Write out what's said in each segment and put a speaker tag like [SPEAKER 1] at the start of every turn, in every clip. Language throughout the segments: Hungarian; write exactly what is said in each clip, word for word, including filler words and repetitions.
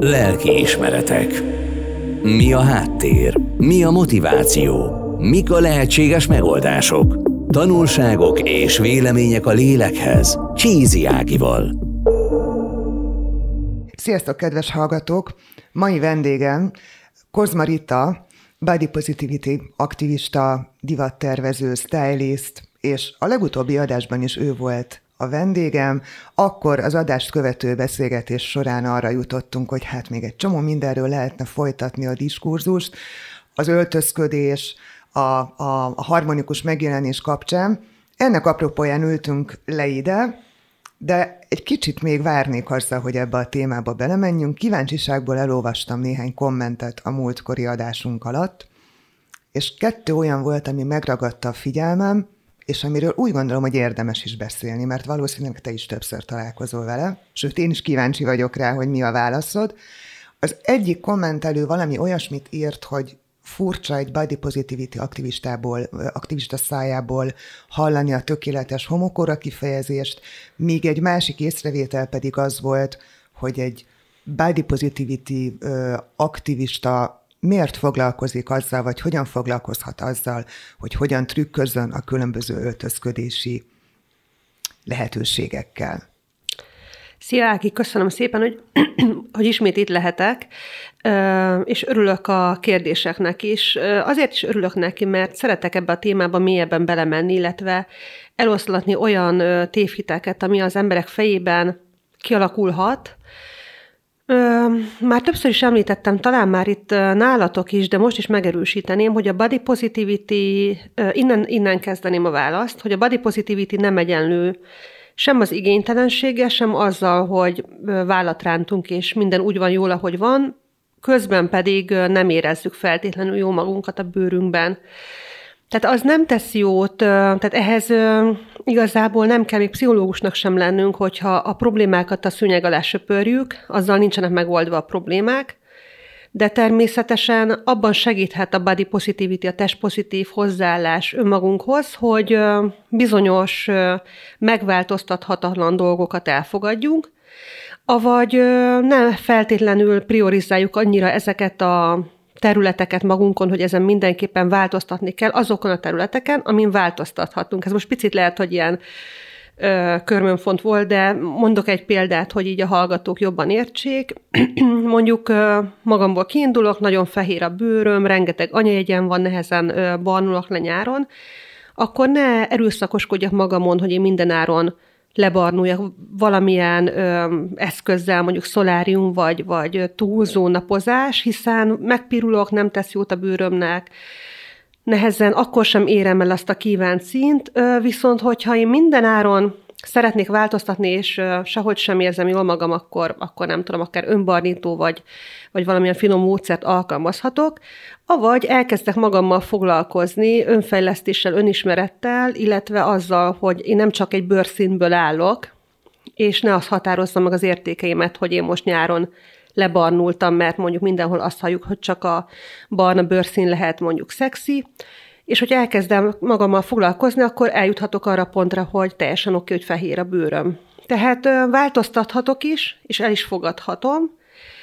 [SPEAKER 1] Lelkiismeretek. Mi a háttér? Mi a motiváció? Mik a lehetséges megoldások? Tanulságok és vélemények a lélekhez. Csízi Ágival.
[SPEAKER 2] Sziasztok, kedves hallgatók! Mai vendégem Kozma Rita, body positivity aktivista, divattervező, stylist, és a legutóbbi adásban is ő volt a vendégem. Akkor az adást követő beszélgetés során arra jutottunk, hogy hát még egy csomó mindenről lehetne folytatni a diskurzust, az öltözködés, a, a, a harmonikus megjelenés kapcsán. Ennek apropóján ültünk le ide, de egy kicsit még várnék azzal, hogy ebbe a témába belemenjünk. Kíváncsiságból elolvastam néhány kommentet a múltkori adásunk alatt, és kettő olyan volt, ami megragadta a figyelmem, és amiről úgy gondolom, hogy érdemes is beszélni, mert valószínűleg te is többször találkozol vele, sőt, én is kíváncsi vagyok rá, hogy mi a válaszod. Az egyik kommentelő valami olyasmit írt, hogy furcsa egy body positivity aktivistából, aktivista szájából hallani a tökéletes homokora kifejezést, míg egy másik észrevétel pedig az volt, hogy egy body positivity aktivista miért foglalkozik azzal, vagy hogyan foglalkozhat azzal, hogy hogyan trükközzön a különböző öltözködési lehetőségekkel.
[SPEAKER 3] Szia Ági, köszönöm szépen, hogy, hogy ismét itt lehetek, és örülök a kérdéseknek is. Azért is örülök neki, mert szeretek ebbe a témába mélyebben belemenni, illetve eloszlatni olyan tévhiteket, ami az emberek fejében kialakulhat. Már többször is említettem, talán már itt nálatok is, de most is megerősíteném, hogy a body positivity, innen, innen kezdeném a választ, hogy a body positivity nem egyenlő sem az igénytelenséggel, sem azzal, hogy vállat rántunk, és minden úgy van jól, ahogy van, közben pedig nem érezzük feltétlenül jó magunkat a bőrünkben. Tehát az nem tesz jót, tehát ehhez igazából nem kell még pszichológusnak sem lennünk, hogyha a problémákat a szőnyeg alá söpörjük, azzal nincsenek megoldva a problémák, de természetesen abban segíthet a body positivity, a testpozitív hozzáállás önmagunkhoz, hogy bizonyos megváltoztathatatlan dolgokat elfogadjunk, avagy nem feltétlenül priorizáljuk annyira ezeket a területeket magunkon, hogy ezen mindenképpen változtatni kell, azokon a területeken, amin változtathatunk. Ez most picit lehet, hogy ilyen ö, körmönfont volt, de mondok egy példát, hogy így a hallgatók jobban értsék. Mondjuk ö, magamból kiindulok, nagyon fehér a bőröm, rengeteg anyajegyen van, nehezen ö, barnulok le nyáron, akkor ne erőszakoskodjak magamon, hogy én mindenáron lebarnuljak valamilyen ö, eszközzel, mondjuk szolárium vagy, vagy túlzó napozás, hiszen megpirulok, nem tesz jót a bőrömnek, nehezen, akkor sem érem el azt a kívánt színt, ö, viszont hogyha én mindenáron szeretnék változtatni, és ö, sehogy sem érzem jól magam, akkor, akkor nem tudom, akár önbarnító vagy, vagy valamilyen finom módszert alkalmazhatok, avagy elkezdek magammal foglalkozni, önfejlesztéssel, önismerettel, illetve azzal, hogy én nem csak egy bőrszínből állok, és ne azt határozza meg az értékeimet, hogy én most nyáron lebarnultam, mert mondjuk mindenhol azt halljuk, hogy csak a barna bőrszín lehet mondjuk szexi, és hogy elkezdem magammal foglalkozni, akkor eljuthatok arra pontra, hogy teljesen oké, hogy fehér a bőröm. Tehát változtathatok is, és el is fogadhatom.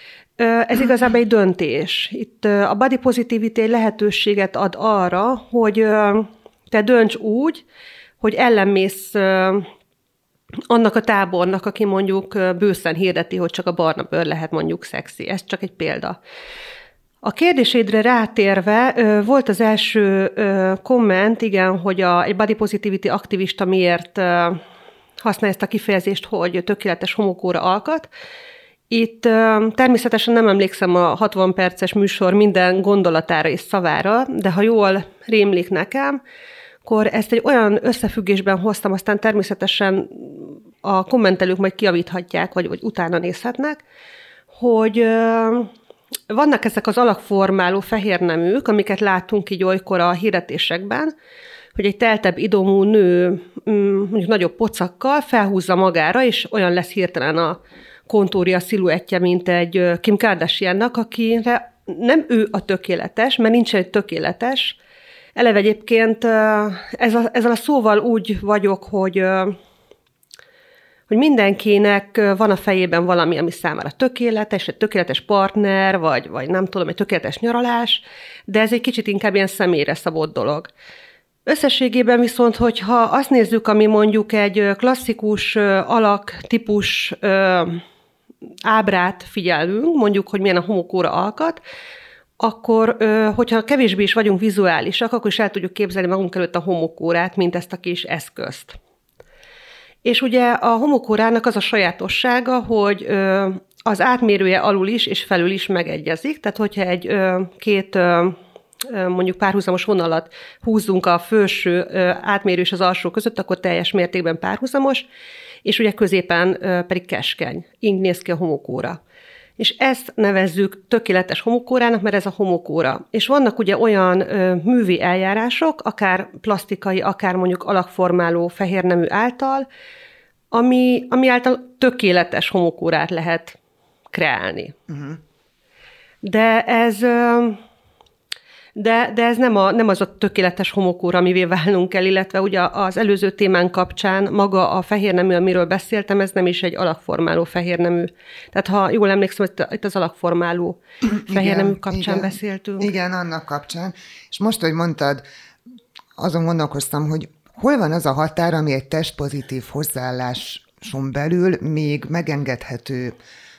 [SPEAKER 3] Ez igazából egy döntés. Itt a body positivity lehetőséget ad arra, hogy te dönts úgy, hogy ellenmész annak a tábornak, aki mondjuk bőszen hirdeti, hogy csak a barna bőr lehet mondjuk szexi. Ez csak egy példa. A kérdésédre rátérve volt az első komment, igen, hogy a, egy body positivity aktivista miért használja ezt a kifejezést, hogy tökéletes homokóra alkat. Itt természetesen nem emlékszem a hatvan perces műsor minden gondolatára és szavára, de ha jól rémlik nekem, akkor ezt egy olyan összefüggésben hoztam, aztán természetesen a kommentelők majd kijavíthatják, vagy, vagy utána nézhetnek, hogy vannak ezek az alakformáló fehérneműk, amiket látunk így olykor a hirdetésekben, hogy egy teltebb idomú nő mondjuk nagyobb pocakkal felhúzza magára, és olyan lesz hirtelen a kontúrja, sziluettje, mint egy Kim Kardashiannak, akire nem ő a tökéletes, mert nincs egy tökéletes. Eleve egyébként ezzel a szóval úgy vagyok, hogy hogy mindenkinek van a fejében valami, ami számára tökéletes, egy tökéletes partner, vagy, vagy nem tudom, egy tökéletes nyaralás, de ez egy kicsit inkább ilyen személyre szabott dolog. Összességében viszont, hogyha azt nézzük, ami mondjuk egy klasszikus alaktípus ábrát figyelünk, mondjuk, hogy milyen a homokóra alkat, akkor, hogyha kevésbé is vagyunk vizuálisak, akkor is el tudjuk képzelni magunk előtt a homokórát, mint ezt a kis eszközt. És ugye a homokórának az a sajátossága, hogy az átmérője alul is és felül is megegyezik, tehát hogyha egy két mondjuk párhuzamos vonalat húzzunk a felső átmérő és az alsó között, akkor teljes mértékben párhuzamos, és ugye középen pedig keskeny. Így néz ki a homokóra. És ezt nevezzük tökéletes homokórának, mert ez a homokóra. És vannak ugye olyan ö, művi eljárások, akár plastikai, akár mondjuk alakformáló fehérnemű által, ami, ami által tökéletes homokórát lehet kreálni. Uh-huh. De ez... Ö, De, de ez nem, a, nem az a tökéletes homokóra, amivé válnunk kell, illetve ugye az előző témán kapcsán maga a fehérnemű, amiről beszéltem, ez nem is egy alakformáló fehérnemű. Tehát ha jól emlékszem, itt az alakformáló fehérnemű kapcsán
[SPEAKER 2] igen,
[SPEAKER 3] beszéltünk.
[SPEAKER 2] Igen, annak kapcsán. És most, hogy mondtad, azon gondolkoztam, hogy hol van az a határ, ami egy testpozitív hozzáálláson belül még megengedhető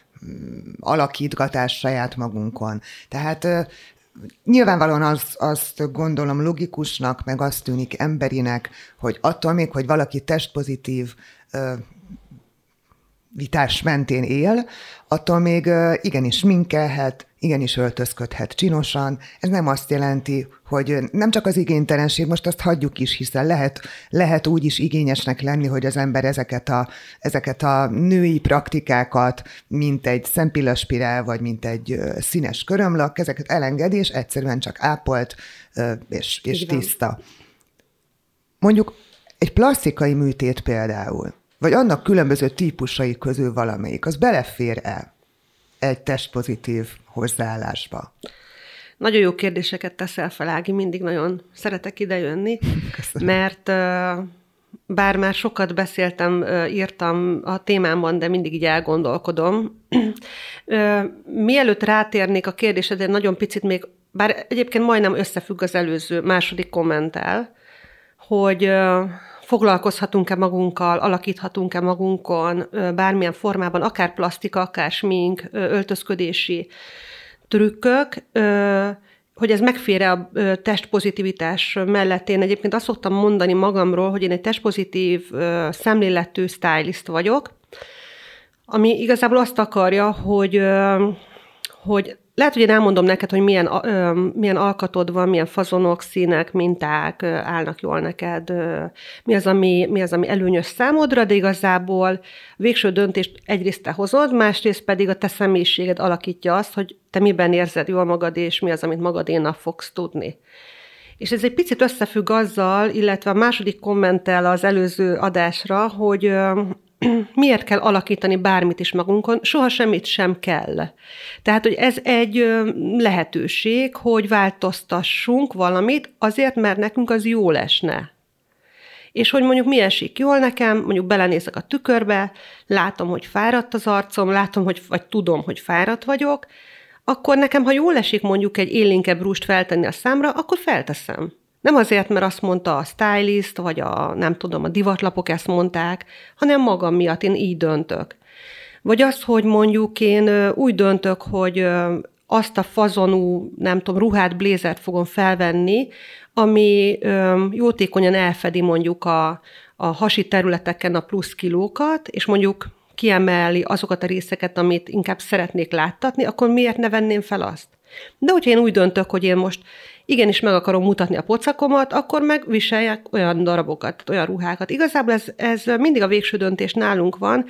[SPEAKER 2] alakítgatás saját magunkon. Tehát nyilvánvalóan az, azt gondolom logikusnak, meg azt tűnik emberinek, hogy attól még, hogy valaki testpozitív ö, vitás mentén él, attól még ö, igenis minkelhet, igenis öltözködhet csinosan. Ez nem azt jelenti, hogy nem csak az igénytelenség, most azt hagyjuk is, hiszen lehet, lehet úgy is igényesnek lenni, hogy az ember ezeket a, ezeket a női praktikákat, mint egy szempillaspirál, vagy mint egy színes körömlak, ezeket elengedi, és egyszerűen csak ápolt és, és tiszta. Mondjuk egy plastikai műtét például, vagy annak különböző típusai közül valamelyik, az belefér-e egy testpozitív hozzáállásba?
[SPEAKER 3] Nagyon jó kérdéseket teszel fel, Ági, mindig nagyon szeretek idejönni, Köszönöm. Mert bár már sokat beszéltem, írtam a témámban, de mindig így elgondolkodom. Mielőtt rátérnék a kérdésedre, nagyon picit még, bár egyébként majdnem összefügg az előző második kommenttel, hogy foglalkozhatunk-e magunkkal, alakíthatunk-e magunkon bármilyen formában, akár plastika, akár smink, öltözködési trükkök, hogy ez megfér-e a testpozitivitás mellett. Én egyébként azt szoktam mondani magamról, hogy én egy testpozitív szemléletű stylist vagyok, ami igazából azt akarja, hogy, hogy lehet, hogy én elmondom neked, hogy milyen, ö, milyen alkatod van, milyen fazonok, színek, minták ö, állnak jól neked, ö, mi, az, ami, mi az, ami előnyös számodra, de igazából végső döntést egyrészt te hozod, másrészt pedig a te személyiséged alakítja azt, hogy te miben érzed jól magad, és mi az, amit magadénak fogsz tudni. És ez egy picit összefügg azzal, illetve a második kommenttel az előző adásra, hogy ö, miért kell alakítani bármit is magunkon, soha semmit sem kell. Tehát, hogy ez egy lehetőség, hogy változtassunk valamit azért, mert nekünk az jól esne. És hogy mondjuk mi esik jól nekem, mondjuk belenézek a tükörbe, látom, hogy fáradt az arcom, látom, hogy, vagy tudom, hogy fáradt vagyok, akkor nekem, ha jól esik mondjuk egy élénkebb rúst feltenni a számra, akkor felteszem. Nem azért, mert azt mondta a stylist, vagy a, nem tudom, a divatlapok ezt mondták, hanem magam miatt én így döntök. Vagy az, hogy mondjuk én úgy döntök, hogy azt a fazonú, nem tudom, ruhát, blézert fogom felvenni, ami jótékonyan elfedi mondjuk a, a hasi területeken a plusz kilókat, és mondjuk kiemeli azokat a részeket, amit inkább szeretnék láttatni, akkor miért ne venném fel azt? De hogyha én úgy döntök, hogy én most igenis meg akarom mutatni a pocakomat, akkor meg viseljek olyan darabokat, olyan ruhákat. Igazából ez, ez mindig a végső döntés nálunk van,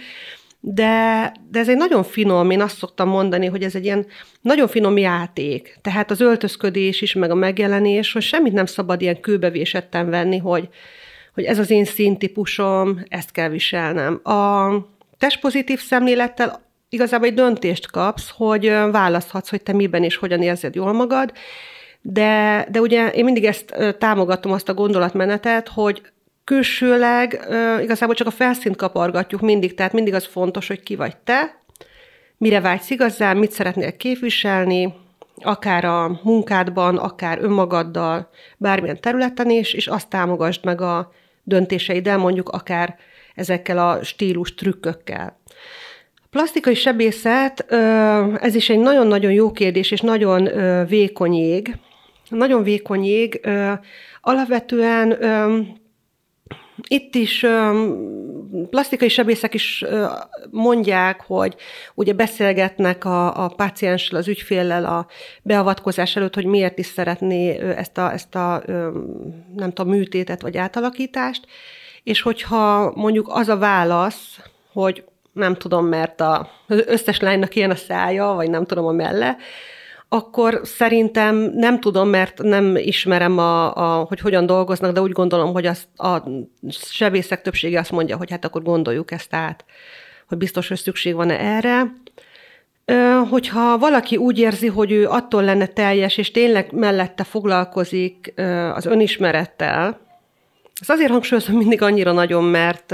[SPEAKER 3] de, de ez egy nagyon finom, én azt szoktam mondani, hogy ez egy ilyen nagyon finom játék. Tehát az öltözködés is, meg a megjelenés, hogy semmit nem szabad ilyen kőbevésetten venni, hogy, hogy ez az én színtípusom, ezt kell viselnem. A testpozitív szemlélettel igazából egy döntést kapsz, hogy választhatsz, hogy te miben és hogyan érzed jól magad, de, de ugye én mindig ezt támogatom, azt a gondolatmenetet, hogy külsőleg igazából csak a felszínt kapargatjuk mindig, tehát mindig az fontos, hogy ki vagy te, mire vágysz igazán, mit szeretnél képviselni, akár a munkádban, akár önmagaddal, bármilyen területen is, és azt támogasd meg a döntéseiddel, mondjuk akár ezekkel a stílus trükkökkel. A plasztikai sebészet, ez is egy nagyon-nagyon jó kérdés, és nagyon vékony jég. Nagyon vékony jég. Alapvetően itt is plasztikai sebészek is mondják, hogy ugye beszélgetnek a, a pácienssel, az ügyféllel a beavatkozás előtt, hogy miért is szeretné ezt a, ezt a nem tudom, műtétet vagy átalakítást, és hogyha mondjuk az a válasz, hogy nem tudom, mert az összes lánynak ilyen a szája, vagy nem tudom a melle, akkor szerintem nem tudom, mert nem ismerem, a, a, hogy hogyan dolgoznak, de úgy gondolom, hogy azt a sebészek többsége azt mondja, hogy hát akkor gondoljuk ezt át, hogy biztos, hogy szükség van-e erre. Hogyha valaki úgy érzi, hogy ő attól lenne teljes, és tényleg mellette foglalkozik az önismerettel, ez azért hangsúlyozom mindig annyira nagyon, mert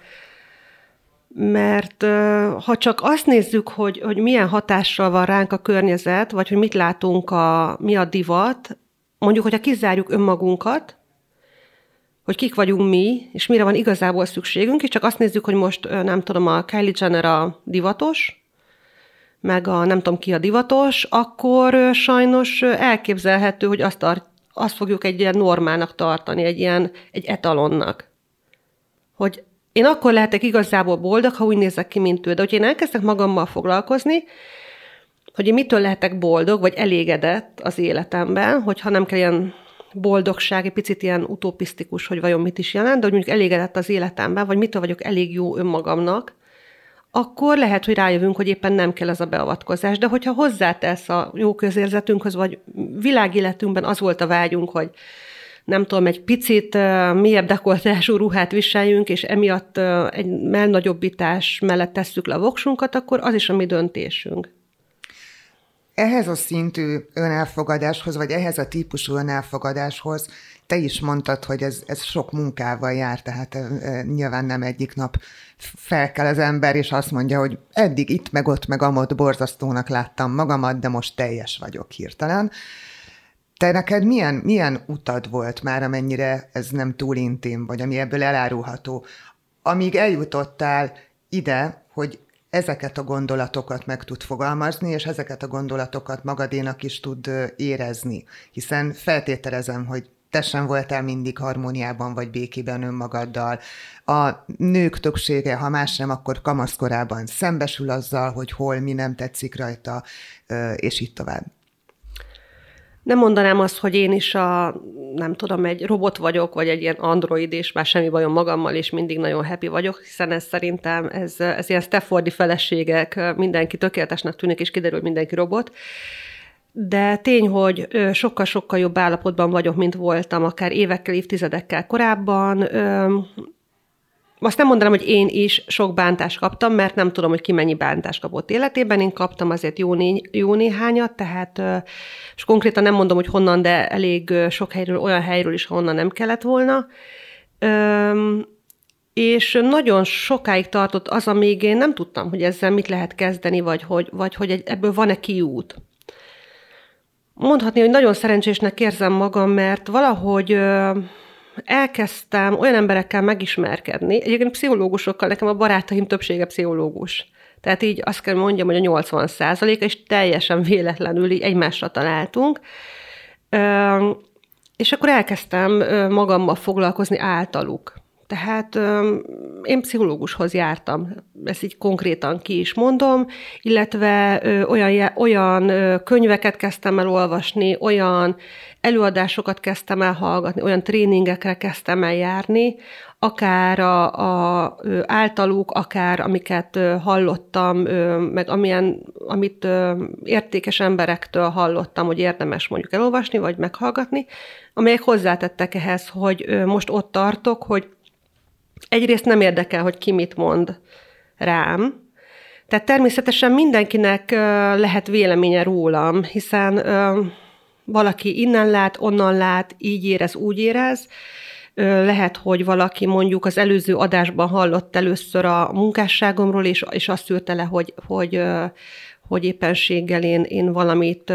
[SPEAKER 3] mert ha csak azt nézzük, hogy, hogy milyen hatással van ránk a környezet, vagy hogy mit látunk, a, mi a divat, mondjuk, hogyha kizárjuk önmagunkat, hogy kik vagyunk mi, és mire van igazából szükségünk, és csak azt nézzük, hogy most nem tudom, a Kylie Jenner a divatos, meg a nem tudom ki a divatos, akkor sajnos elképzelhető, hogy azt, tart, azt fogjuk egy ilyen normának tartani, egy ilyen egy etalonnak. Hogy én akkor lehetek igazából boldog, ha úgy nézek ki, mint ő. De hogyha én elkezdek magammal foglalkozni, hogy én mitől lehetek boldog, vagy elégedett az életemben, hogyha nem kell ilyen boldogság, egy picit ilyen utopisztikus, hogy vajon mit is jelent, de hogy mondjuk elégedett az életemben, vagy mitől vagyok elég jó önmagamnak, akkor lehet, hogy rájövünk, hogy éppen nem kell ez a beavatkozás. De hogyha hozzátesz a jó közérzetünkhöz, vagy világéletünkben az volt a vágyunk, hogy nem tudom, egy picit uh, mélyebb dekoltású ruhát viseljünk, és emiatt uh, egy mellnagyobbítás mellett tesszük le a voksunkat, akkor az is a mi döntésünk.
[SPEAKER 2] Ehhez a szintű önelfogadáshoz, vagy ehhez a típusú önelfogadáshoz te is mondtad, hogy ez, ez sok munkával jár, tehát e, nyilván nem egyik nap fel kell az ember, és azt mondja, hogy eddig itt, meg ott, meg amott borzasztónak láttam magamat, de most teljes vagyok hirtelen. Te neked milyen, milyen utad volt már, amennyire ez nem túl intim, vagy ami ebből elárulható, amíg eljutottál ide, hogy ezeket a gondolatokat meg tud fogalmazni, és ezeket a gondolatokat magadénak is tud érezni, hiszen feltételezem, hogy te sem voltál mindig harmóniában vagy békében önmagaddal. A nők többsége, ha más nem, akkor kamaszkorában szembesül azzal, hogy hol mi nem tetszik rajta, és így tovább.
[SPEAKER 3] Nem mondanám azt, hogy én is a, nem tudom, egy robot vagyok, vagy egy ilyen android, és már semmi bajom magammal, és mindig nagyon happy vagyok, hiszen ez szerintem, ez, ez ilyen Staffordi feleségek, mindenki tökéletesnek tűnik, és kiderül, mindenki robot. De tény, hogy sokkal-sokkal jobb állapotban vagyok, mint voltam, akár évekkel, évtizedekkel korábban. Azt nem mondanám, hogy én is sok bántást kaptam, mert nem tudom, hogy ki mennyi bántást kapott életében. Én kaptam azért jó, né- jó néhányat, tehát, és konkrétan nem mondom, hogy honnan, de elég sok helyről, olyan helyről is, honnan nem kellett volna. És nagyon sokáig tartott az, amíg én nem tudtam, hogy ezzel mit lehet kezdeni, vagy hogy, vagy hogy ebből van-e kiút. Mondhatni, hogy nagyon szerencsésnek érzem magam, mert valahogy elkezdtem olyan emberekkel megismerkedni, egyébként pszichológusokkal, nekem a barátaim többsége pszichológus. Tehát így azt kell mondjam, hogy a nyolcvan százalék, és teljesen véletlenül így egymásra találtunk. És akkor elkezdtem magammal foglalkozni általuk. Tehát én pszichológushoz jártam, ezt így konkrétan ki is mondom, illetve olyan, olyan könyveket kezdtem el olvasni, olyan előadásokat kezdtem el hallgatni, olyan tréningekre kezdtem el járni, akár a, a általuk, akár amiket hallottam, meg amilyen, amit értékes emberektől hallottam, hogy érdemes mondjuk elolvasni, vagy meghallgatni, amelyek hozzátettek ehhez, hogy most ott tartok, hogy egyrészt nem érdekel, hogy ki mit mond rám. Tehát természetesen mindenkinek lehet véleménye rólam, hiszen valaki innen lát, onnan lát, így érez, úgy érez. Lehet, hogy valaki mondjuk az előző adásban hallott először a munkásságomról, és, és azt szűrte le, hogy, hogy, hogy éppenséggel én, én valamit,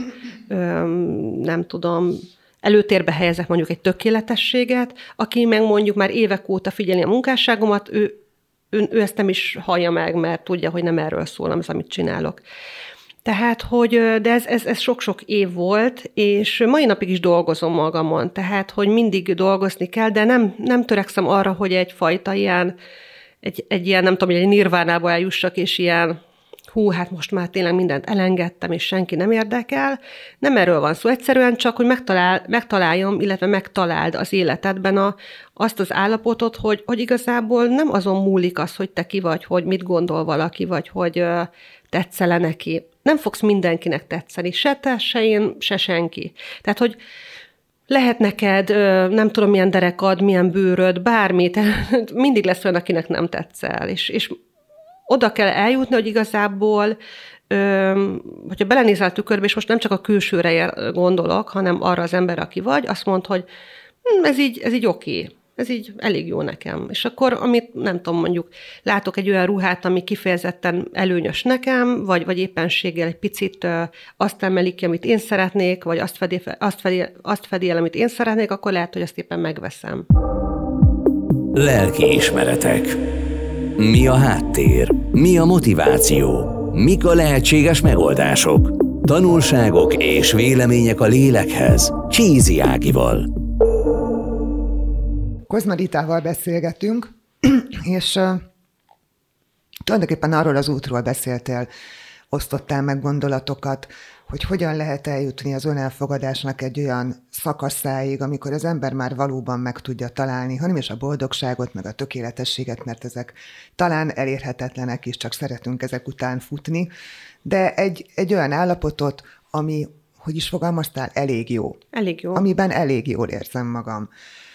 [SPEAKER 3] nem tudom, előtérbe helyezek mondjuk egy tökéletességet, aki meg mondjuk már évek óta figyeli a munkásságomat, ő, ő, ő ezt nem is hallja meg, mert tudja, hogy nem erről szól az, amit csinálok. Tehát, hogy, de ez, ez, ez sok-sok év volt, és mai napig is dolgozom magamon, tehát, hogy mindig dolgozni kell, de nem, nem törekszem arra, hogy egyfajta ilyen, egy, egy ilyen, nem tudom, egy nirvánába eljussak, és ilyen, hú, hát most már tényleg mindent elengedtem, és senki nem érdekel. Nem erről van szó, egyszerűen csak, hogy megtalál, megtaláljam, illetve megtaláld az életedben a, azt az állapotot, hogy, hogy igazából nem azon múlik az, hogy te ki vagy, hogy mit gondol valaki, vagy hogy ö, tetszele neki. Nem fogsz mindenkinek tetszeni, se te, se én, se senki. Tehát, hogy lehet neked, nem tudom, milyen derekad, milyen bőröd, bármit, mindig lesz olyan, akinek nem tetszel. És, és oda kell eljutni, hogy igazából, hogyha belenézel a tükörbe, és most nem csak a külsőre gondolok, hanem arra az ember, aki vagy, azt mond, hogy hm, ez így, ez így oké. Ez így elég jó nekem. És akkor, amit nem tudom, mondjuk látok egy olyan ruhát, ami kifejezetten előnyös nekem, vagy, vagy éppenséggel egy picit ö, azt emelik ki, amit én szeretnék, vagy azt fedi, azt, fedi, azt fedi el, amit én szeretnék, akkor lehet, hogy azt éppen megveszem.
[SPEAKER 1] Lelkiismeretek. Mi a háttér? Mi a motiváció? Mik a lehetséges megoldások? Tanulságok és vélemények a lélekhez. Csízi Ágival.
[SPEAKER 2] Kozma Ritával beszélgetünk, és uh, tulajdonképpen arról az útról beszéltél, osztottál meg gondolatokat, hogy hogyan lehet eljutni az önelfogadásnak egy olyan szakaszáig, amikor az ember már valóban meg tudja találni, hanem is a boldogságot, meg a tökéletességet, mert ezek talán elérhetetlenek is, csak szeretünk ezek után futni, de egy, egy olyan állapotot, ami, hogy is fogalmaztál, elég jó.
[SPEAKER 3] Elég jó.
[SPEAKER 2] Amiben elég jól érzem magam.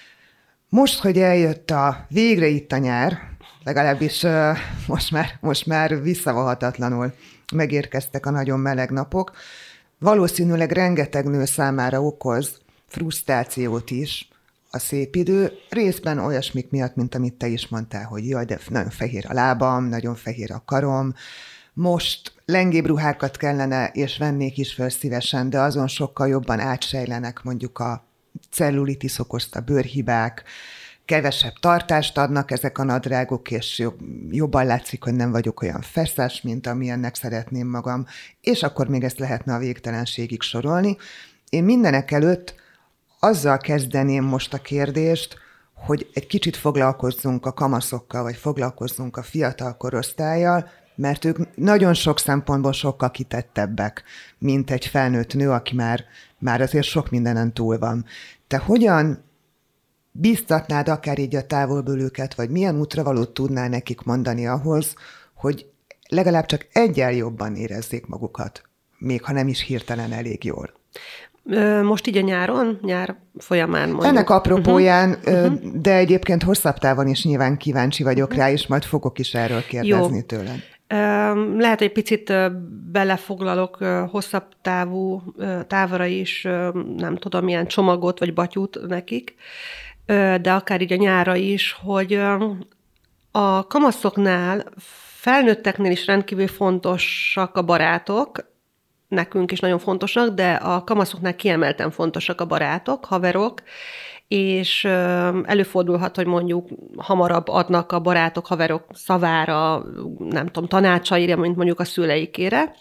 [SPEAKER 2] Most, hogy eljött a, végre itt a nyár, legalábbis uh, most már, most már visszavohatatlanul megérkeztek a nagyon meleg napok, valószínűleg rengeteg nő számára okoz frusztrációt is a szép idő, részben olyasmik miatt, mint amit te is mondtál, hogy jaj, de nagyon fehér a lábam, nagyon fehér a karom, most lengébb ruhákat kellene, és vennék is föl szívesen, de azon sokkal jobban átsejlenek mondjuk a cellulitis okozta bőrhibák, kevesebb tartást adnak ezek a nadrágok, és jobban látszik, hogy nem vagyok olyan feszes, mint amilyennek szeretném magam, és akkor még ezt lehetne a végtelenségig sorolni. Én mindenek előtt azzal kezdeném most a kérdést, hogy egy kicsit foglalkozzunk a kamaszokkal, vagy foglalkozzunk a fiatal korosztállyal, mert ők nagyon sok szempontból sokkal kitettebbek, mint egy felnőtt nő, aki már, már azért sok mindenen túl van. Te hogyan bíztatnád akár így a távolból őket, vagy milyen útravalót tudnál nekik mondani ahhoz, hogy legalább csak egyel jobban érezzék magukat, még ha nem is hirtelen elég jól?
[SPEAKER 3] Most így a nyáron, nyár folyamán mondjuk.
[SPEAKER 2] Ennek apropóján,
[SPEAKER 3] uh-huh.
[SPEAKER 2] de egyébként hosszabb távon is nyilván kíváncsi vagyok uh-huh. rá, és majd fogok is erről kérdezni
[SPEAKER 3] Jó.
[SPEAKER 2] tőled.
[SPEAKER 3] Lehet, hogy picit belefoglalok hosszabb távú távra is, nem tudom, milyen csomagot vagy batyút nekik, de akár így a nyára is, hogy a kamaszoknál, felnőtteknél is rendkívül fontosak a barátok, nekünk is nagyon fontosak, de a kamaszoknál kiemelten fontosak a barátok, haverok, és előfordulhat, hogy mondjuk hamarabb adnak a barátok, haverok szavára, nem tudom, tanácsaira, mint mondjuk a szüleikére.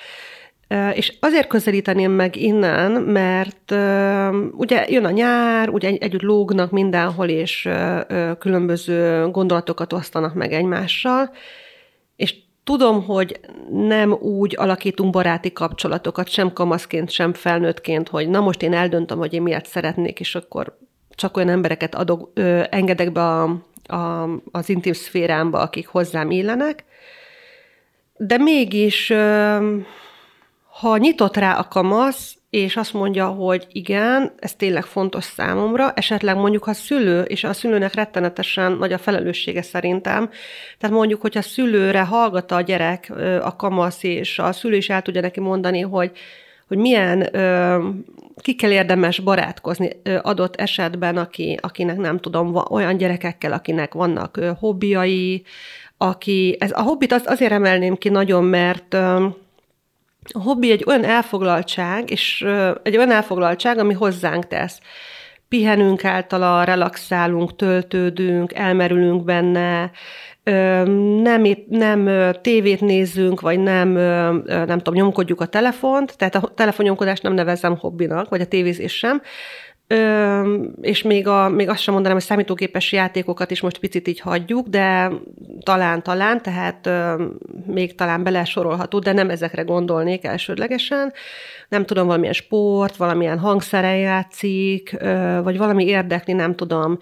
[SPEAKER 3] És azért közelíteném meg innen, mert ugye jön a nyár, ugye együtt lógnak mindenhol, és különböző gondolatokat osztanak meg egymással, és tudom, hogy nem úgy alakítunk baráti kapcsolatokat, sem kamaszként, sem felnőttként, hogy na most én eldöntöm, hogy én miért szeretnék, és akkor csak olyan embereket adok, ö, engedek be a, a, az intim szférámba, akik hozzám illenek. De mégis, ö, ha nyitott rá a kamasz, és azt mondja, hogy igen, ez tényleg fontos számomra, esetleg mondjuk, ha szülő, és a szülőnek rettenetesen nagy a felelőssége szerintem, tehát mondjuk, hogyha a szülőre hallgat a gyerek, a kamasz, és a szülő is el tudja neki mondani, hogy hogy milyen, ö, kikkel érdemes barátkozni ö, adott esetben, aki, akinek nem tudom, olyan gyerekekkel, akinek vannak ö, hobbiai, aki, ez, a hobbit az, azért emelném ki nagyon, mert ö, a hobbi egy olyan elfoglaltság, és ö, egy olyan elfoglaltság, ami hozzánk tesz. Pihenünk általa, relaxálunk, töltődünk, elmerülünk benne, nem, nem tévét nézzünk, vagy nem, nem tudom, nyomkodjuk a telefont, tehát a telefonnyomkodást nem nevezzem hobbinak, vagy a tévézés sem, és még, a, még azt sem mondanám, hogy számítógépes játékokat is most picit így hagyjuk, de talán-talán, tehát még talán belesorolható, de nem ezekre gondolnék elsődlegesen. Nem tudom, valamilyen sport, valamilyen hangszeren játszik, vagy valami érdekli, nem tudom,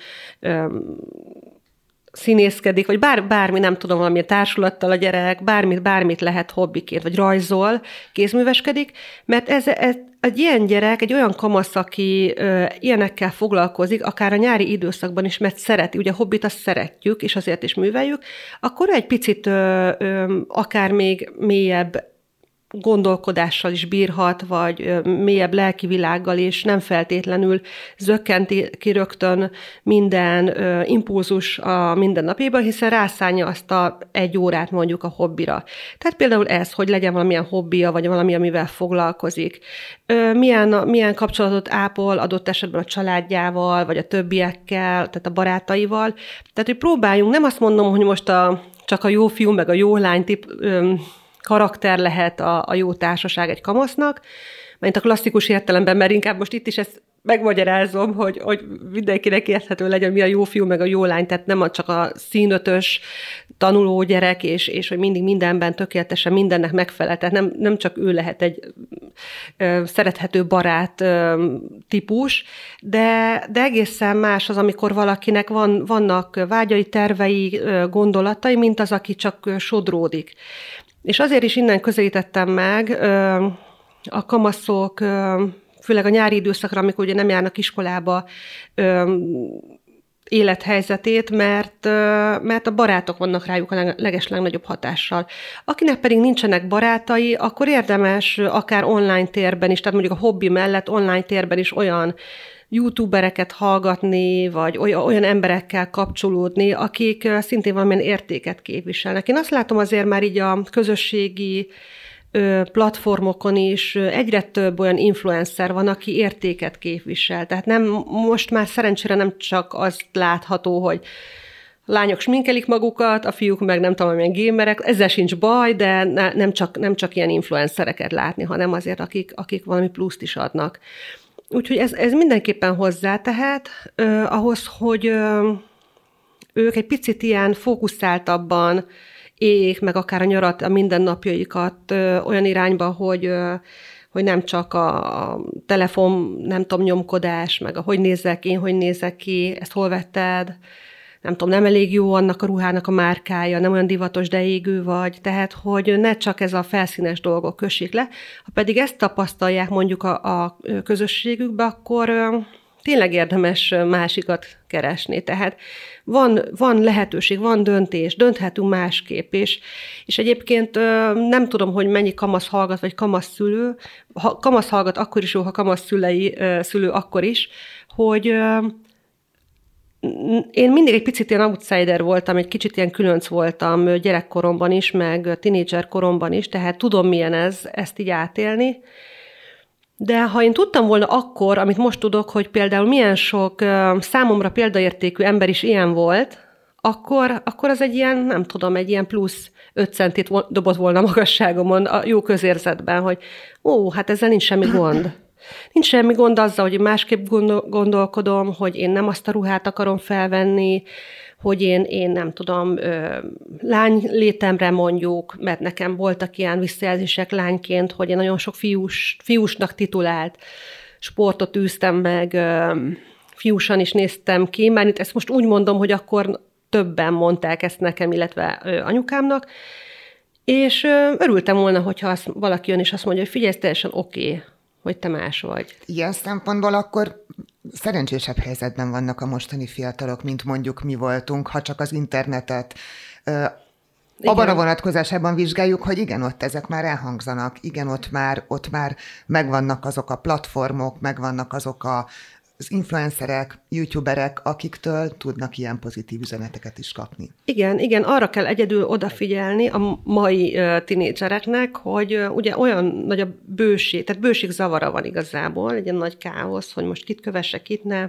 [SPEAKER 3] színészkedik, vagy bár, bármi, nem tudom, valamilyen társulattal a gyerek, bármit, bármit lehet hobbiként, vagy rajzol, kézműveskedik, mert ez, ez egy ilyen gyerek, egy olyan kamasz, aki ö, ilyenekkel foglalkozik, akár a nyári időszakban is, mert szereti, ugye a hobbit azt szeretjük, és azért is műveljük, akkor egy picit ö, ö, akár még mélyebb gondolkodással is bírhat, vagy mélyebb lelki világgal, és nem feltétlenül zökkenti ki rögtön minden ö, impulzus a mindennapjában, hiszen rászánja azt a egy órát mondjuk a hobbira. Tehát például ez, hogy legyen valamilyen hobbija, vagy valami, amivel foglalkozik. Ö, milyen, milyen kapcsolatot ápol adott esetben a családjával, vagy a többiekkel, tehát a barátaival. Tehát, hogy próbáljunk, nem azt mondom, hogy most a, csak a jó fiú, meg a jó lány tip, ö, karakter lehet a, a jó társaság egy kamasznak, mert a klasszikus értelemben, mert inkább most itt is ezt megmagyarázom, hogy, hogy mindenkinek érthető legyen, mi a jó fiú, meg a jó lány, tehát nem csak a színötös tanuló gyerek, és, és hogy mindig mindenben tökéletesen mindennek megfelel, tehát nem, nem csak ő lehet egy ö, szerethető barát ö, típus, de, de egészen más az, amikor valakinek van, vannak vágyai, tervei, ö, gondolatai, mint az, aki csak ö, sodródik. És azért is innen közelítettem meg ö, a kamaszok, ö, főleg a nyári időszakra, amikor ugye nem járnak iskolába, ö, élethelyzetét, mert, ö, mert a barátok vannak rájuk a legeslegnagyobb hatással. Akinek pedig nincsenek barátai, akkor érdemes akár online térben is, tehát mondjuk a hobbi mellett online térben is olyan youtubereket hallgatni, vagy olyan emberekkel kapcsolódni, akik szintén valamilyen értéket képviselnek. Én azt látom azért már így a közösségi platformokon is egyre több olyan influencer van, aki értéket képvisel. Tehát nem, most már szerencsére nem csak azt látható, hogy lányok sminkelik magukat, a fiúk meg nem tudom, milyen gémerek, ezzel sincs baj, de ne, nem, csak, nem csak ilyen influencereket látni, hanem azért, akik, akik valami pluszt is adnak. Úgyhogy ez, ez mindenképpen hozzátehet eh, ahhoz, hogy eh, ők egy picit ilyen fókuszáltabban éljék meg akár a nyarat, a mindennapjaikat eh, olyan irányba, hogy, eh, hogy nem csak a telefon, nem tudom, nyomkodás, meg a hogy nézek én, hogy nézek ki, ezt hol vetted, nem tudom, nem elég jó annak a ruhának a márkája, nem olyan divatos, de égő vagy, tehát hogy ne csak ez a felszínes dolgok kössék le, ha pedig ezt tapasztalják mondjuk a, a közösségükbe, akkor tényleg érdemes másikat keresni. Tehát van, van lehetőség, van döntés, dönthetünk másképp, és, és egyébként nem tudom, hogy mennyi kamasz hallgat, vagy kamasz szülő, ha kamasz hallgat, akkor is jó, ha kamasz szülei, szülő akkor is, hogy én mindig egy picit ilyen outsider voltam, egy kicsit ilyen különc voltam gyerekkoromban is, meg tínédzser koromban is, tehát tudom, milyen ez, ezt így átélni. De ha én tudtam volna akkor, amit most tudok, hogy például milyen sok számomra példaértékű ember is ilyen volt, akkor, akkor az egy ilyen, nem tudom, egy ilyen plusz öt centit dobott volna magasságomon a jó közérzetben, hogy ó, hát ezzel nincs semmi gond. Nincs semmi gond azzal, hogy másképp gondolkodom, hogy én nem azt a ruhát akarom felvenni, hogy én, én nem tudom, lány létemre mondjuk, mert nekem voltak ilyen visszajelzések lányként, hogy én nagyon sok fiús, fiúsnak titulált sportot űztem meg, fiúsan is néztem ki, mert itt ezt most úgy mondom, hogy akkor többen mondták ezt nekem, illetve anyukámnak, és örültem volna, hogyha azt, valaki jön és azt mondja, hogy figyelj, ez teljesen oké, okay, hogy te más vagy.
[SPEAKER 2] Ilyen szempontból akkor szerencsésebb helyzetben vannak a mostani fiatalok, mint mondjuk mi voltunk, ha csak az internetet abban a vonatkozásában vizsgáljuk, hogy igen, ott ezek már elhangzanak, igen, ott már, ott már megvannak azok a platformok, megvannak azok a az influencerek, youtuberek, akiktől tudnak ilyen pozitív üzeneteket is kapni.
[SPEAKER 3] Igen, igen, arra kell egyedül odafigyelni a mai uh, tinédzsereknek, hogy uh, ugye olyan nagy a bőség, tehát bőségzavara van igazából, egy ilyen nagy káosz, hogy most kit kövesse, kit ne,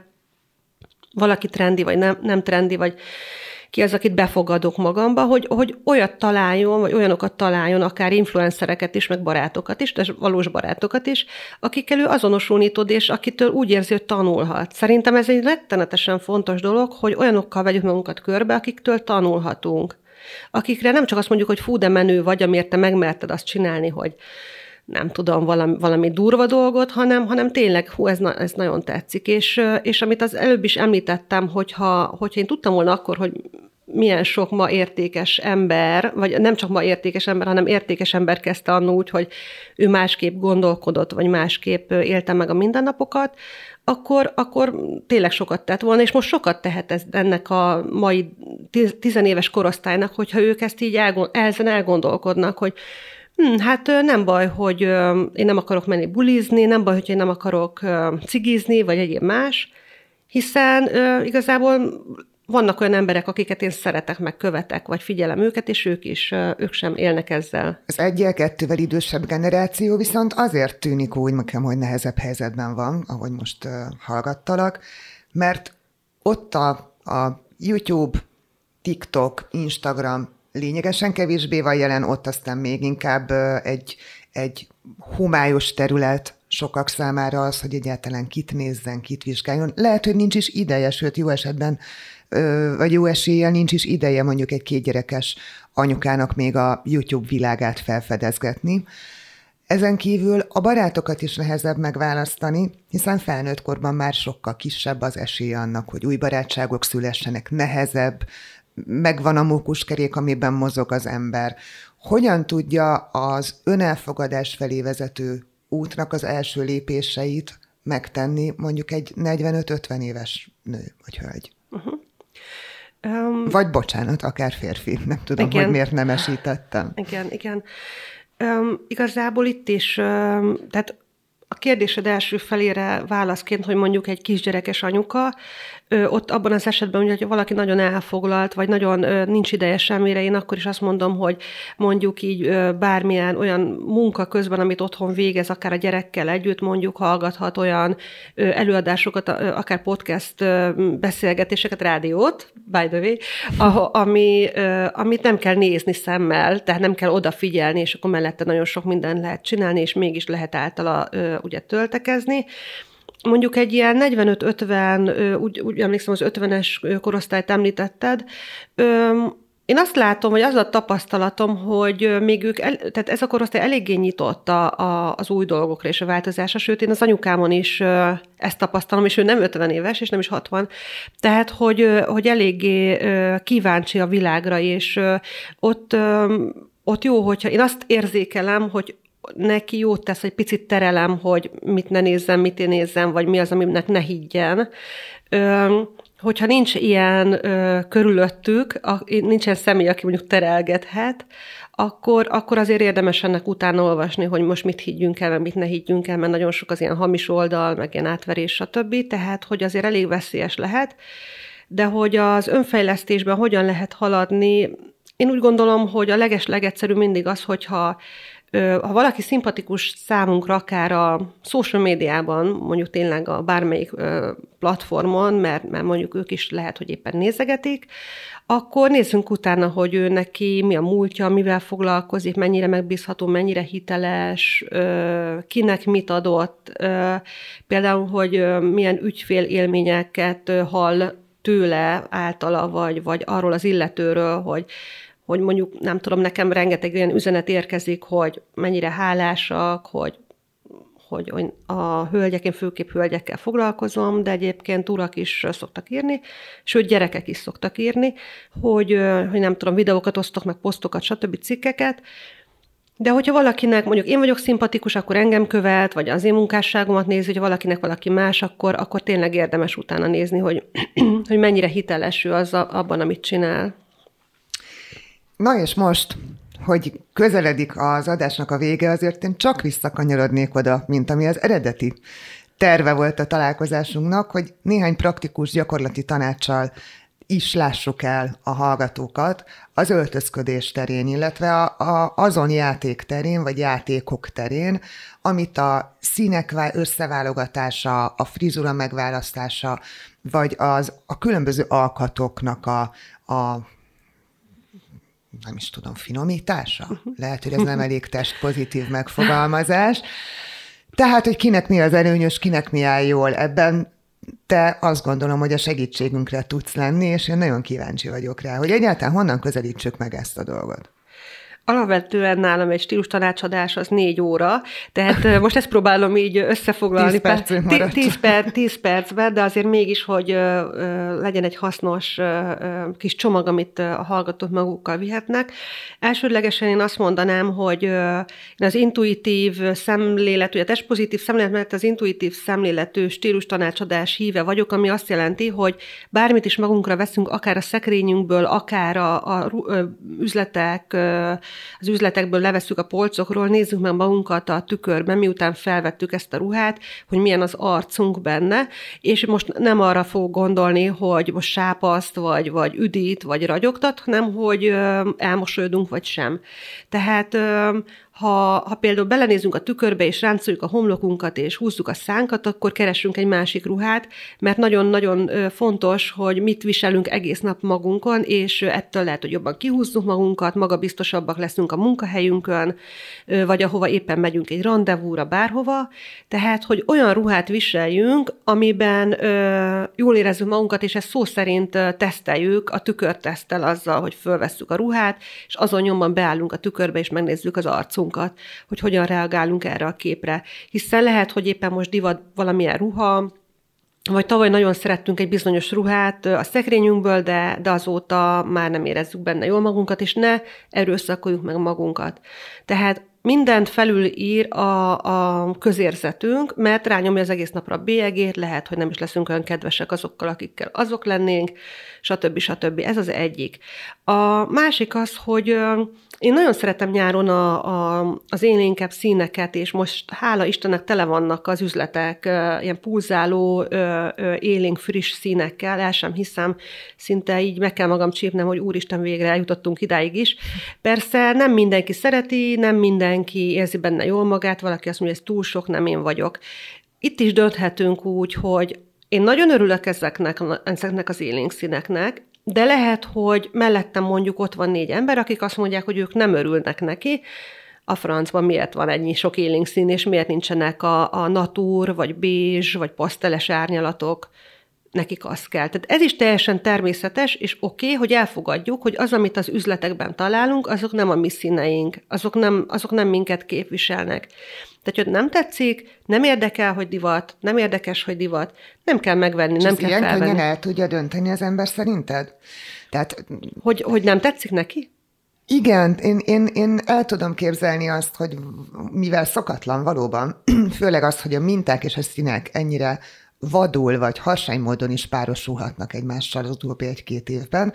[SPEAKER 3] valaki trendi, vagy nem, nem trendi, vagy ki az, akit befogadok magamba, hogy, hogy olyat találjon, vagy olyanokat találjon, akár influencereket is, meg barátokat is, de valós barátokat is, akikkel ő azonosulni tud, és akitől úgy érzi, hogy tanulhat. Szerintem ez egy rettenetesen fontos dolog, hogy olyanokkal vegyük magunkat körbe, akiktől tanulhatunk. Akikre nem csak azt mondjuk, hogy fú, de menő vagy, amiért te megmerted azt csinálni, hogy nem tudom, valami, valami durva dolgot, hanem, hanem tényleg, hú, ez, na, ez nagyon tetszik. És, és amit az előbb is említettem, hogyha, hogyha én tudtam volna akkor, hogy milyen sok ma értékes ember, vagy nem csak ma értékes ember, hanem értékes ember kezdte annó úgy, hogy ő másképp gondolkodott, vagy másképp élte meg a mindennapokat, akkor, akkor tényleg sokat tett volna, és most sokat tehet ez ennek a mai tizenéves korosztálynak, hogyha ők ezt így elgond, ezen elgondolkodnak, hogy Hm, hát nem baj, hogy én nem akarok menni bulizni, nem baj, hogy én nem akarok cigizni, vagy egyéb más, hiszen igazából vannak olyan emberek, akiket én szeretek, meg követek, vagy figyelem őket, és ők is, ők sem élnek ezzel.
[SPEAKER 2] Az egyel-kettővel idősebb generáció viszont azért tűnik úgy nekem, hogy nehezebb helyzetben van, ahogy most hallgattalak, mert ott a, a YouTube, TikTok, Instagram lényegesen kevésbé van jelen, ott aztán még inkább egy, egy homályos terület sokak számára az, hogy egyáltalán kit nézzen, kit vizsgáljon. Lehet, hogy nincs is ideje, sőt jó esetben, vagy jó eséllyel nincs is ideje mondjuk egy kétgyerekes anyukának még a YouTube világát felfedezgetni. Ezen kívül a barátokat is nehezebb megválasztani, hiszen felnőtt korban már sokkal kisebb az esélye annak, hogy új barátságok szülessenek, nehezebb, megvan a mókuskerék, amiben mozog az ember. Hogyan tudja az önelfogadás felé vezető útnak az első lépéseit megtenni mondjuk egy negyvenöt-ötven éves nő vagy hölgy? Uh-huh. Um, vagy bocsánat, akár férfi. Nem tudom, igen. Hogy miért nem esítettem.
[SPEAKER 3] Igen, igen. Um, igazából itt is, um, tehát a kérdésed első felére válaszként, hogy mondjuk egy kisgyerekes anyuka, ö, ott abban az esetben, hogy valaki nagyon elfoglalt, vagy nagyon ö, nincs ideje semmire, én akkor is azt mondom, hogy mondjuk így ö, bármilyen olyan munka közben, amit otthon végez, akár a gyerekkel együtt mondjuk hallgathat olyan ö, előadásokat, ö, akár podcast ö, beszélgetéseket, rádiót, by the way, a, ami, ö, amit nem kell nézni szemmel, tehát nem kell odafigyelni, és akkor mellette nagyon sok mindent lehet csinálni, és mégis lehet általa ö, ugye töltekezni. Mondjuk egy ilyen negyvenöt-ötven, úgy, úgy emlékszem, az ötvenes korosztályt említetted, én azt látom, hogy az a tapasztalatom, hogy még ők, el, tehát ez a korosztály eléggé nyitott a, a, az új dolgokra és a változásra, sőt, én az anyukámon is ezt tapasztalom, és ő nem ötven éves, és nem is hatvan, tehát, hogy, hogy eléggé kíváncsi a világra, és ott, ott jó, hogyha én azt érzékelem, hogy neki jót tesz, hogy picit terelem, hogy mit ne nézzem, mit én nézzem, vagy mi az, aminek ne higgyen. Ö, hogyha nincs ilyen ö, körülöttük, a, nincsen személy, aki mondjuk terelgethet, akkor, akkor azért érdemes ennek utána olvasni, hogy most mit higgyünk el, meg mit ne higgyünk el, mert nagyon sok az ilyen hamis oldal, meg ilyen átverés, stb. Tehát, hogy azért elég veszélyes lehet, de hogy az önfejlesztésben hogyan lehet haladni, én úgy gondolom, hogy a leges-legegyszerűbb mindig az, hogyha ha valaki szimpatikus számunkra, akár a social médiában, mondjuk tényleg a bármelyik platformon, mert, mert mondjuk ők is lehet, hogy éppen nézegetik, akkor nézzünk utána, hogy ő neki mi a múltja, mivel foglalkozik, mennyire megbízható, mennyire hiteles, kinek mit adott, például, hogy milyen ügyfél élményeket hall tőle általa, vagy, vagy arról az illetőről, hogy hogy mondjuk, nem tudom, nekem rengeteg olyan üzenet érkezik, hogy mennyire hálásak, hogy, hogy a hölgyek, én főképp hölgyekkel foglalkozom, de egyébként urak is szoktak írni, sőt, gyerekek is szoktak írni, hogy, hogy nem tudom, videókat osztok, meg posztokat, stb. Cikkeket, de hogyha valakinek, mondjuk én vagyok szimpatikus, akkor engem követ, vagy az én munkásságomat nézi, hogy valakinek valaki más, akkor, akkor tényleg érdemes utána nézni, hogy, hogy mennyire hiteles ő az a, abban, amit csinál.
[SPEAKER 2] Na és most, hogy közeledik az adásnak a vége, azért én csak visszakanyarodnék oda, mint ami az eredeti terve volt a találkozásunknak, hogy néhány praktikus gyakorlati tanácssal is lássuk el a hallgatókat az öltözködés terén, illetve a, a, azon játék terén, vagy játékok terén, amit a színek összeválogatása, a frizura megválasztása, vagy az, a különböző alkatoknak a, a nem is tudom, finomítása? Lehet, hogy ez nem elég testpozitív megfogalmazás. Tehát, hogy kinek mi az előnyös, kinek mi áll jól, ebben te azt gondolom, hogy a segítségünkre tudsz lenni, és én nagyon kíváncsi vagyok rá, hogy egyáltalán honnan közelítsük meg ezt a dolgot.
[SPEAKER 3] Alapvetően nálam egy stílus tanácsadás az négy óra, tehát most ezt próbálom így összefoglalni.
[SPEAKER 2] Tíz percünk maradt.
[SPEAKER 3] Tíz, per, tíz percben, de azért mégis, hogy legyen egy hasznos kis csomag, amit a hallgatók magukkal vihetnek. Elsődlegesen én azt mondanám, hogy én az intuitív szemléletű, a testpozitív szemlélet mellett az intuitív szemléletű stílus tanácsadás híve vagyok, ami azt jelenti, hogy bármit is magunkra veszünk, akár a szekrényünkből, akár a, a, a üzletek, az üzletekből levesszük a polcokról, nézzük meg magunkat a tükörben, miután felvettük ezt a ruhát, hogy milyen az arcunk benne, és most nem arra fog gondolni, hogy most sápaszt, vagy, vagy üdít, vagy ragyogtat, hanem hogy elmosődünk, vagy sem. Tehát Ha, ha például belenézünk a tükörbe, és ráncoljuk a homlokunkat, és húzzuk a szánkat, akkor keressünk egy másik ruhát, mert nagyon-nagyon fontos, hogy mit viselünk egész nap magunkon, és ettől lehet, hogy jobban kihúzzuk magunkat, magabiztosabbak leszünk a munkahelyünkön, vagy ahova éppen megyünk egy randevúra, bárhova. Tehát, hogy olyan ruhát viseljünk, amiben ö, jól érezzük magunkat, és ezt szó szerint teszteljük, a tükörteszttel azzal, hogy fölvesszük a ruhát, és azon nyomban beállunk a tükörbe, és megnézzük az arcunkat, hogy hogyan reagálunk erre a képre. Hiszen lehet, hogy éppen most divat valamilyen ruha, vagy tavaly nagyon szerettünk egy bizonyos ruhát a szekrényünkből, de, de azóta már nem érezzük benne jól magunkat, és ne erőszakoljuk meg magunkat. Tehát mindent felülír a, a közérzetünk, mert rányomja az egész napra a bélyegét, lehet, hogy nem is leszünk olyan kedvesek azokkal, akikkel azok lennénk, stb. stb. Ez az egyik. A másik az, hogy én nagyon szeretem nyáron a, a, az élénkebb színeket, és most hála Istennek tele vannak az üzletek ilyen pulzáló, élénk, friss színekkel, el sem hiszem, szinte így meg kell magam csípnem, hogy úristen, végre eljutottunk idáig is. Persze nem mindenki szereti, nem mindenki érzi benne jól magát, valaki azt mondja, hogy ez túl sok, nem én vagyok. Itt is dönthetünk úgy, hogy én nagyon örülök ezeknek, ezeknek az élénk színeknek, de lehet, hogy mellettem mondjuk ott van négy ember, akik azt mondják, hogy ők nem örülnek neki. A francban miért van ennyi sok élénk szín, és miért nincsenek a, a natúr, vagy bézs, vagy paszteles árnyalatok, nekik az kell. Tehát ez is teljesen természetes, és oké, okay, hogy elfogadjuk, hogy az, amit az üzletekben találunk, azok nem a mi színeink, azok nem, azok nem minket képviselnek. Tehát, hogy nem tetszik, nem érdekel, hogy divat, nem érdekes, hogy divat, nem kell megvenni,
[SPEAKER 2] és
[SPEAKER 3] nem kell felvenni.
[SPEAKER 2] Ilyen könnyen el tudja dönteni az ember szerinted? Tehát,
[SPEAKER 3] hogy, hogy nem tetszik neki?
[SPEAKER 2] Igen, én, én, én el tudom képzelni azt, hogy mivel szokatlan valóban, főleg az, hogy a minták és a színek ennyire vadul vagy harsány módon is párosulhatnak egymással az utóbbi egy-két évben.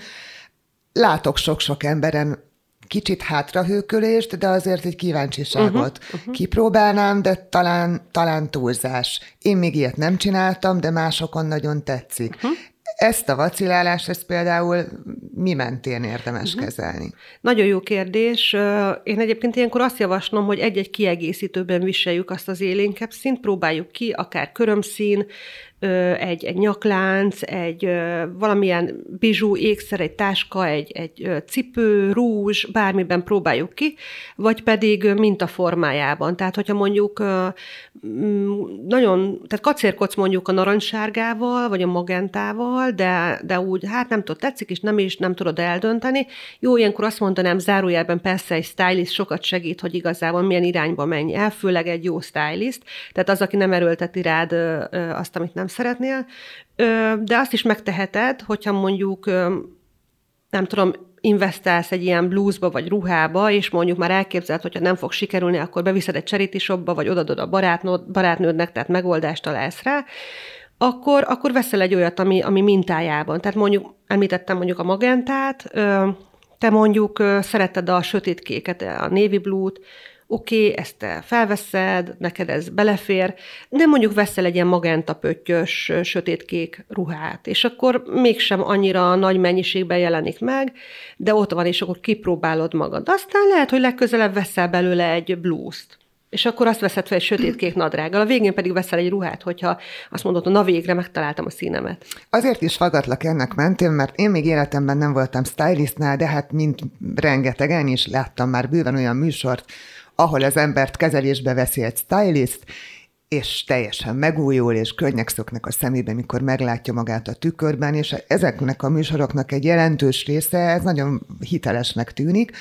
[SPEAKER 2] Látok sok-sok emberen kicsit hátrahőkölést, de azért egy kíváncsiságot uh-huh, uh-huh. kipróbálnám, de talán, talán túlzás. Én még ilyet nem csináltam, de másokon nagyon tetszik. Uh-huh. Ezt a vacilálást, ezt például mi mentén érdemes uh-huh. kezelni? Nagyon
[SPEAKER 3] jó kérdés. Én egyébként ilyenkor azt javaslom, hogy egy-egy kiegészítőben viseljük azt az élénkebb színt, próbáljuk ki, akár körömszín, egy, egy nyaklánc, egy valamilyen bizsú, ékszer, egy táska, egy, egy cipő, rúzs, bármiben próbáljuk ki, vagy pedig mintaformájában. Tehát, hogyha mondjuk nagyon, tehát kacérkodsz mondjuk a narancssárgával, vagy a magentával, de, de úgy, hát nem tudod, tetszik, és nem is nem tudod eldönteni. Jó, ilyenkor azt mondanám, zárójelben persze egy stylist sokat segít, hogy igazából milyen irányba menj el, főleg egy jó stylist, tehát az, aki nem erőlteti rád azt, amit nem szeretnél, de azt is megteheted, hogyha mondjuk, nem tudom, investálsz egy ilyen blúzba vagy ruhába, és mondjuk már elképzeled, hogyha nem fog sikerülni, akkor beviszed egy charity shopba, vagy odadod a barátnőd, barátnődnek, tehát megoldást találsz rá, akkor, akkor veszel egy olyat, ami, ami mintájában. Tehát mondjuk, említettem mondjuk a magentát, te mondjuk szereted a sötétkéket, a navy blue-t, oké, okay, ezt te felveszed, neked ez belefér, de mondjuk veszel egy ilyen magenta pöttyös, sötétkék ruhát, és akkor mégsem annyira nagy mennyiségben jelenik meg, de ott van, és akkor kipróbálod magad. Aztán lehet, hogy legközelebb veszel belőle egy blúzt, és akkor azt veszed fel egy sötétkék nadrággal, a végén pedig veszel egy ruhát, hogyha azt mondod, hogy na végre megtaláltam a színemet.
[SPEAKER 2] Azért is fogadlak ennek mentén, mert én még életemben nem voltam stylistnál, de hát mint rengetegen is láttam már bőven olyan műsort, ahol az embert kezelésbe veszi egy stylist, és teljesen megújul, és könnyek szöknek a szemébe, mikor meglátja magát a tükörben, és ezeknek a műsoroknak egy jelentős része, ez nagyon hitelesnek tűnik.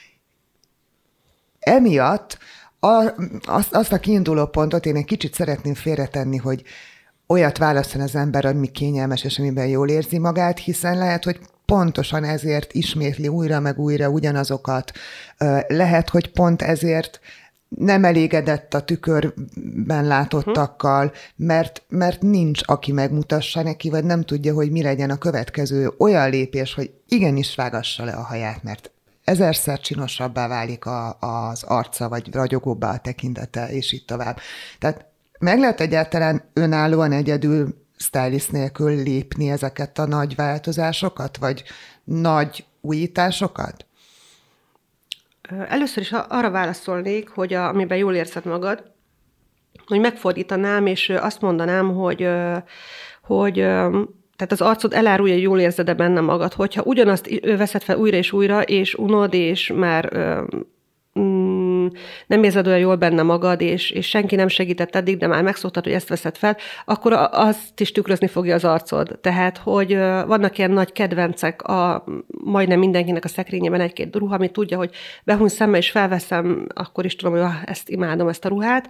[SPEAKER 2] Emiatt a, azt, azt a kiinduló pontot én egy kicsit szeretném félretenni, hogy olyat válaszol az ember, ami kényelmes, és amiben jól érzi magát, hiszen lehet, hogy pontosan ezért ismétli újra meg újra ugyanazokat. Lehet, hogy pont ezért nem elégedett a tükörben látottakkal, mert, mert nincs, aki megmutassa neki, vagy nem tudja, hogy mi legyen a következő olyan lépés, hogy igenis vágassa le a haját, mert ezerszer csinosabbá válik a, az arca, vagy ragyogóbbá a tekintete, és így tovább. Tehát meg lehet egyáltalán önállóan egyedül stylist nélkül lépni ezeket a nagy változásokat, vagy nagy újításokat?
[SPEAKER 3] Először is arra válaszolnék, hogy a, amiben jól érzed magad, hogy megfordítanám, és azt mondanám, hogy, hogy tehát az arcod elárulja, hogy jól érzed-e benne magad. Hogyha ugyanazt veszed fel újra és újra, és unod, és már mm, nem érzed olyan jól benne magad, és, és senki nem segített eddig, de már megszoktad, hogy ezt veszed fel, akkor azt is tükrözni fogja az arcod. Tehát, hogy vannak ilyen nagy kedvencek a majdnem mindenkinek a szekrényében egy-két ruha, amit tudja, hogy behúny szemmel és felveszem, akkor is tudom, hogy ah, ezt imádom, ezt a ruhát.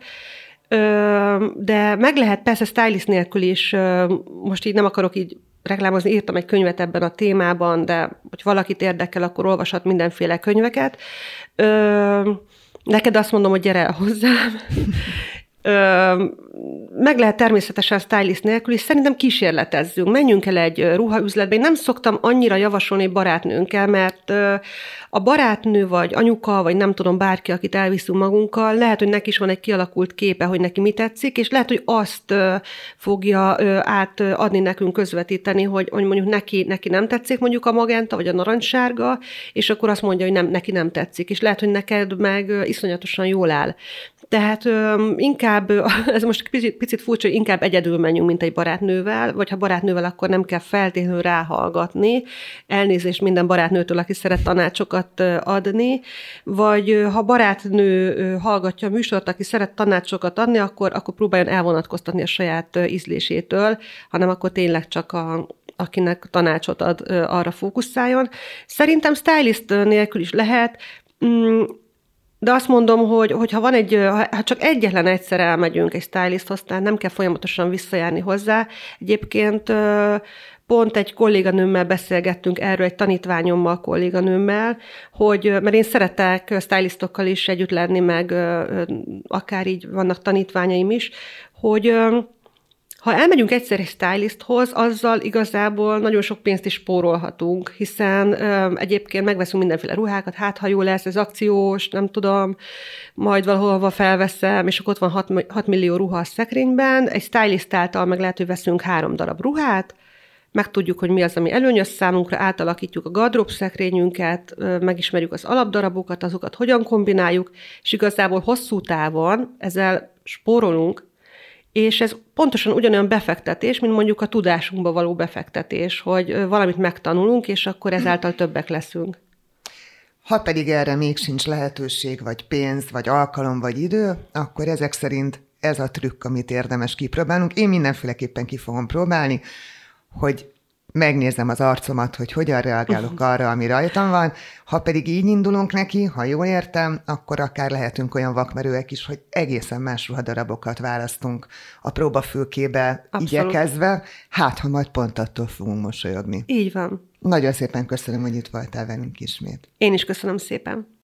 [SPEAKER 3] De meg lehet persze stylist nélkül is, most így nem akarok így reklámozni, írtam egy könyvet ebben a témában, de hogy valakit érdekel, akkor olvashat mindenféle könyveket. Neked azt mondom, hogy gyere hozzám. Meg lehet természetesen stylist nélkül, és szerintem kísérletezzünk. Menjünk el egy ruhaüzletbe. Én nem szoktam annyira javasolni barátnőnkkel, mert a barátnő, vagy anyuka, vagy nem tudom, bárki, akit elviszünk magunkkal, lehet, hogy neki is van egy kialakult képe, hogy neki mi tetszik, és lehet, hogy azt fogja átadni nekünk, közvetíteni, hogy, hogy mondjuk neki, neki nem tetszik mondjuk a magenta, vagy a narancssárga, és akkor azt mondja, hogy nem, neki nem tetszik, és lehet, hogy neked meg iszonyatosan jól áll. Tehát ö, inkább, ez most picit, picit furcsa, hogy inkább egyedül menjünk, mint egy barátnővel, vagy ha barátnővel, akkor nem kell feltétlenül ráhallgatni, elnézést minden barátnőtől, aki szeret tanácsokat adni, vagy ha barátnő hallgatja a műsort, aki szeret tanácsokat adni, akkor, akkor próbáljon elvonatkoztatni a saját ízlésétől, hanem akkor tényleg csak a akinek tanácsot ad, arra fókuszáljon. Szerintem stylist nélkül is lehet, de azt mondom, hogy, hogy ha van egy, ha csak egyetlen egyszer elmegyünk egy stylisthoz, tehát nem kell folyamatosan visszajárni hozzá. Egyébként pont egy kolléganőmmel beszélgettünk erről, egy tanítványommal, kolléganőmmel, hogy, mert én szeretek stylistokkal is együtt lenni, meg akár így vannak tanítványaim is, hogy ha elmegyünk egyszer egy stylisthoz, azzal igazából nagyon sok pénzt is spórolhatunk, hiszen ö, egyébként megveszünk mindenféle ruhákat, hát ha jó lesz, ez akciós, nem tudom, majd valahol felveszem, és akkor ott van hat millió ruha a szekrényben, egy stylist által meg lehet, hogy veszünk három darab ruhát, megtudjuk, hogy mi az, ami előnyös számunkra, átalakítjuk a gardrób szekrényünket, megismerjük az alapdarabokat, azokat hogyan kombináljuk, és igazából hosszú távon ezzel spórolunk, és ez pontosan ugyanolyan befektetés, mint mondjuk a tudásunkba való befektetés, hogy valamit megtanulunk, és akkor ezáltal többek leszünk.
[SPEAKER 2] Ha pedig erre még sincs lehetőség, vagy pénz, vagy alkalom, vagy idő, akkor ezek szerint ez a trükk, amit érdemes kipróbálnunk. Én mindenféleképpen ki fogom próbálni, hogy megnézem az arcomat, hogy hogyan reagálok uh-huh. arra, ami rajtam van. Ha pedig így indulunk neki, ha jól értem, akkor akár lehetünk olyan vakmerőek is, hogy egészen más ruhadarabokat választunk a próbafülkébe igyekezve, hát ha majd pont attól fogunk mosolyogni.
[SPEAKER 3] Így van.
[SPEAKER 2] Nagyon szépen köszönöm, hogy itt voltál velünk ismét.
[SPEAKER 3] Én is köszönöm szépen.